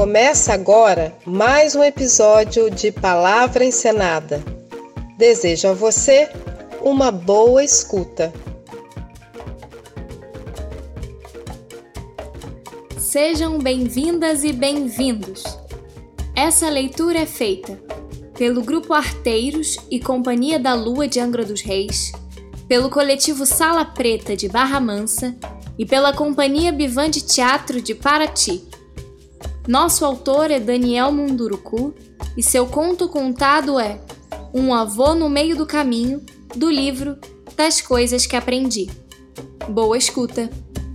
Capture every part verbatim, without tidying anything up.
Começa agora mais um episódio de Palavra Encenada. Desejo a você uma boa escuta. Sejam bem-vindas e bem-vindos. Essa leitura é feita pelo Grupo Arteiros e Companhia da Lua de Angra dos Reis, pelo Coletivo Sala Preta de Barra Mansa e pela Companhia Bivan de Teatro de Paraty. Nosso autor é Daniel Munduruku e seu conto contado é Um Avô no Meio do Caminho, do livro Das Coisas que Aprendi. Boa escuta!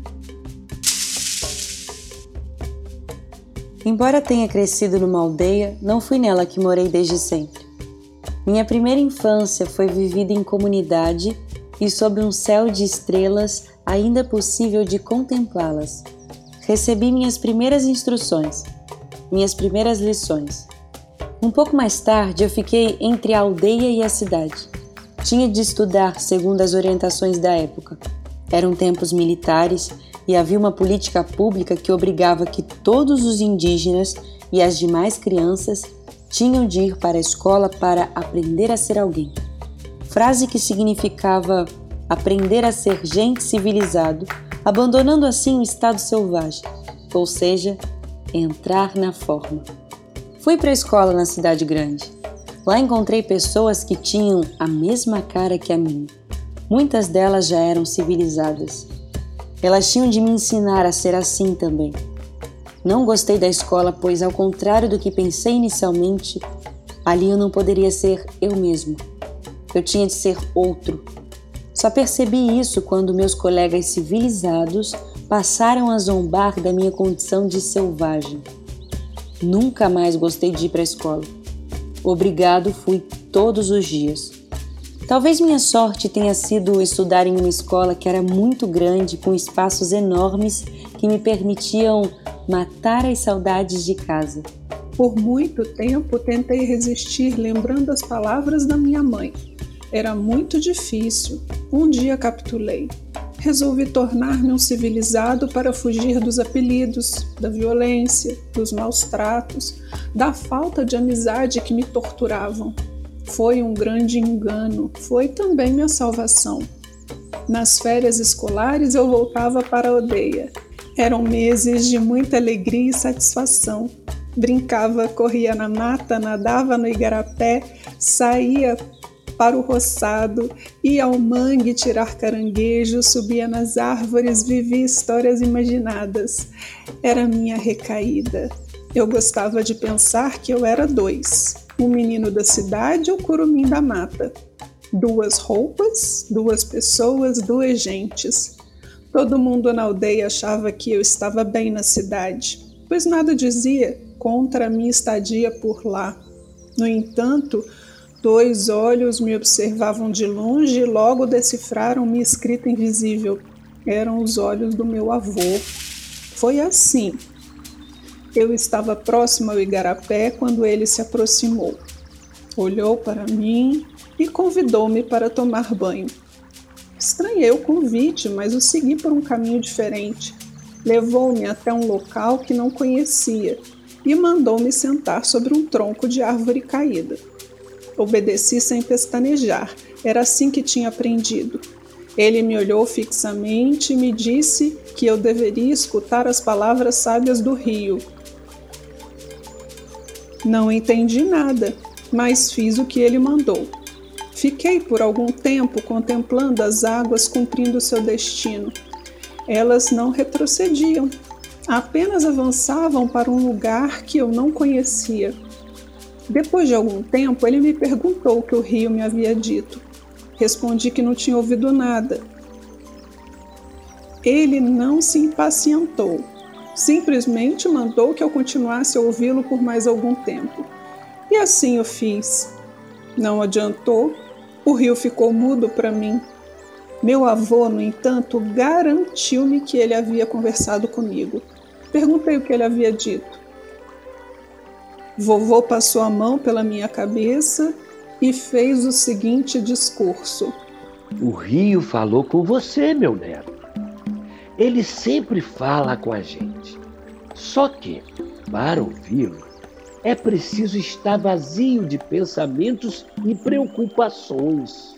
Embora tenha crescido numa aldeia, não fui nela que morei desde sempre. Minha primeira infância foi vivida em comunidade e sob um céu de estrelas ainda possível de contemplá-las. Recebi minhas primeiras instruções, minhas primeiras lições. Um pouco mais tarde eu fiquei entre a aldeia e a cidade. Tinha de estudar segundo as orientações da época. Eram tempos militares e havia uma política pública que obrigava que todos os indígenas e as demais crianças tinham de ir para a escola para aprender a ser alguém. Frase que significava aprender a ser gente civilizado, abandonando assim o estado selvagem, ou seja, entrar na forma. Fui para a escola na cidade grande. Lá encontrei pessoas que tinham a mesma cara que a minha. Muitas delas já eram civilizadas. Elas tinham de me ensinar a ser assim também. Não gostei da escola, pois, ao contrário do que pensei inicialmente, ali eu não poderia ser eu mesmo. Eu tinha de ser outro. Só percebi isso quando meus colegas civilizados passaram a zombar da minha condição de selvagem. Nunca mais gostei de ir para a escola. Obrigado fui todos os dias. Talvez minha sorte tenha sido estudar em uma escola que era muito grande, com espaços enormes que me permitiam matar as saudades de casa. Por muito tempo tentei resistir lembrando as palavras da minha mãe. Era muito difícil. Um dia capitulei. Resolvi tornar-me um civilizado para fugir dos apelidos, da violência, dos maus tratos, da falta de amizade que me torturavam. Foi um grande engano, foi também minha salvação. Nas férias escolares eu voltava para a aldeia. Eram meses de muita alegria e satisfação. Brincava, corria na mata, nadava no igarapé, saía para o roçado, ia ao mangue tirar caranguejo, subia nas árvores, vivia histórias imaginadas. Era minha recaída. Eu gostava de pensar que eu era dois, um menino da cidade e o curumim da mata. Duas roupas, duas pessoas, duas gentes. Todo mundo na aldeia achava que eu estava bem na cidade, pois nada dizia contra a minha estadia por lá. No entanto, dois olhos me observavam de longe e logo decifraram minha escrita invisível. Eram os olhos do meu avô. Foi assim. Eu estava próximo ao igarapé quando ele se aproximou. Olhou para mim e convidou-me para tomar banho. Estranhei o convite, mas o segui por um caminho diferente. Levou-me até um local que não conhecia e mandou-me sentar sobre um tronco de árvore caída. Obedeci sem pestanejar, era assim que tinha aprendido. Ele me olhou fixamente e me disse que eu deveria escutar as palavras sábias do rio. Não entendi nada, mas fiz o que ele mandou. Fiquei por algum tempo contemplando as águas cumprindo seu destino. Elas não retrocediam, apenas avançavam para um lugar que eu não conhecia. Depois de algum tempo, ele me perguntou o que o rio me havia dito. Respondi que não tinha ouvido nada. Ele não se impacientou. Simplesmente mandou que eu continuasse a ouvi-lo por mais algum tempo. E assim eu fiz. Não adiantou. O rio ficou mudo para mim. Meu avô, no entanto, garantiu-me que ele havia conversado comigo. Perguntei o que ele havia dito. Vovô passou a mão pela minha cabeça e fez o seguinte discurso. O rio falou com você, meu neto. Ele sempre fala com a gente. Só que Para ouvi-lo, é preciso estar vazio de pensamentos e preocupações.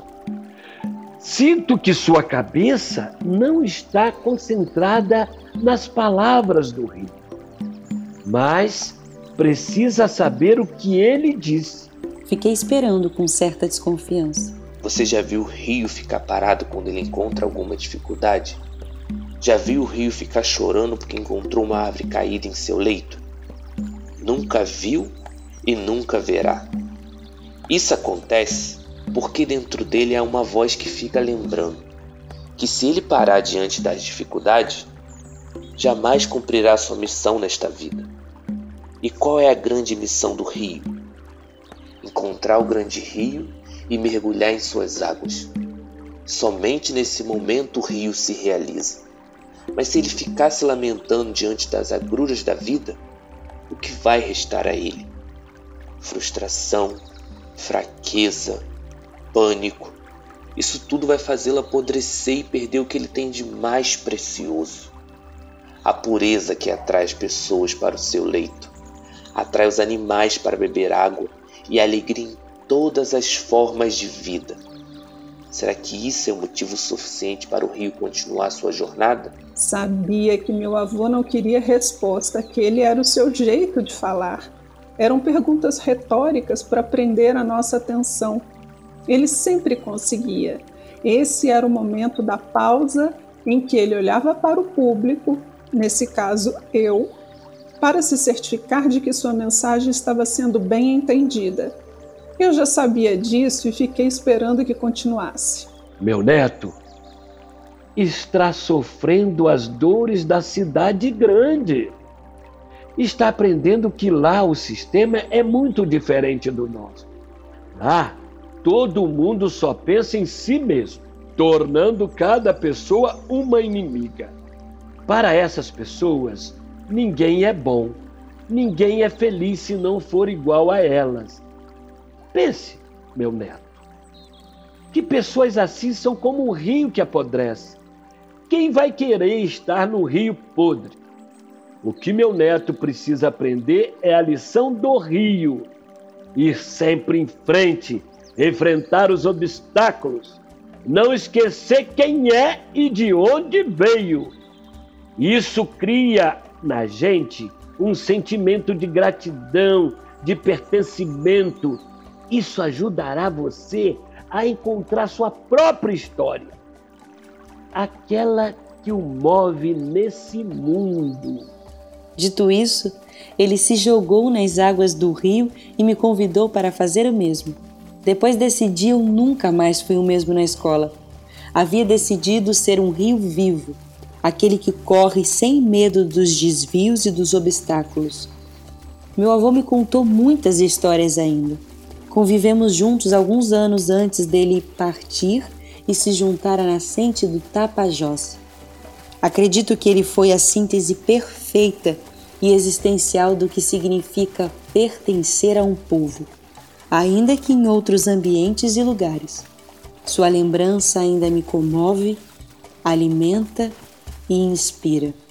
Sinto que sua cabeça não está concentrada nas palavras do rio, mas precisa saber o que ele diz. Fiquei esperando com certa desconfiança. Você já viu o rio ficar parado quando ele encontra alguma dificuldade? Já viu o rio ficar chorando porque encontrou uma árvore caída em seu leito? Nunca viu e nunca verá. Isso acontece porque dentro dele há uma voz que fica lembrando que se ele parar diante das dificuldades, jamais cumprirá sua missão nesta vida. E qual é a grande missão do rio? Encontrar o grande rio e mergulhar em suas águas. Somente nesse momento o rio se realiza. Mas se ele ficar se lamentando diante das agruras da vida, o que vai restar a ele? Frustração, fraqueza, pânico. Isso tudo vai fazê-lo apodrecer e perder o que ele tem de mais precioso. A pureza que atrai as pessoas para o seu leito, atrai os animais para beber água e a alegria em todas as formas de vida. Será que isso é um motivo suficiente para o rio continuar sua jornada? Sabia que meu avô não queria resposta, aquele era o seu jeito de falar. Eram perguntas retóricas para prender a nossa atenção. Ele sempre conseguia. Esse era o momento da pausa em que ele olhava para o público, nesse caso eu, para se certificar de que sua mensagem estava sendo bem entendida. Eu já sabia disso e fiquei esperando que continuasse. Meu neto está sofrendo as dores da cidade grande. Está aprendendo que lá o sistema é muito diferente do nosso. Lá, todo mundo só pensa em si mesmo, tornando cada pessoa uma inimiga. Para essas pessoas, ninguém é bom, ninguém é feliz se não for igual a elas. Pense, meu neto, que pessoas assim são como um rio que apodrece. Quem vai querer estar no rio podre? O que meu neto precisa aprender é a lição do rio. Ir sempre em frente, enfrentar os obstáculos, não esquecer quem é e de onde veio. Isso cria na gente um sentimento de gratidão, de pertencimento. Isso ajudará você a encontrar sua própria história, aquela que o move nesse mundo. Dito isso, ele se jogou nas águas do rio e me convidou para fazer o mesmo. Depois desse dia, eu nunca mais fui o mesmo na escola. Havia decidido ser um rio vivo, aquele que corre sem medo dos desvios e dos obstáculos. Meu avô me contou muitas histórias ainda. Convivemos juntos alguns anos antes dele partir e se juntar à nascente do Tapajós. Acredito que ele foi a síntese perfeita e existencial do que significa pertencer a um povo, ainda que em outros ambientes e lugares. Sua lembrança ainda me comove, alimenta e inspira.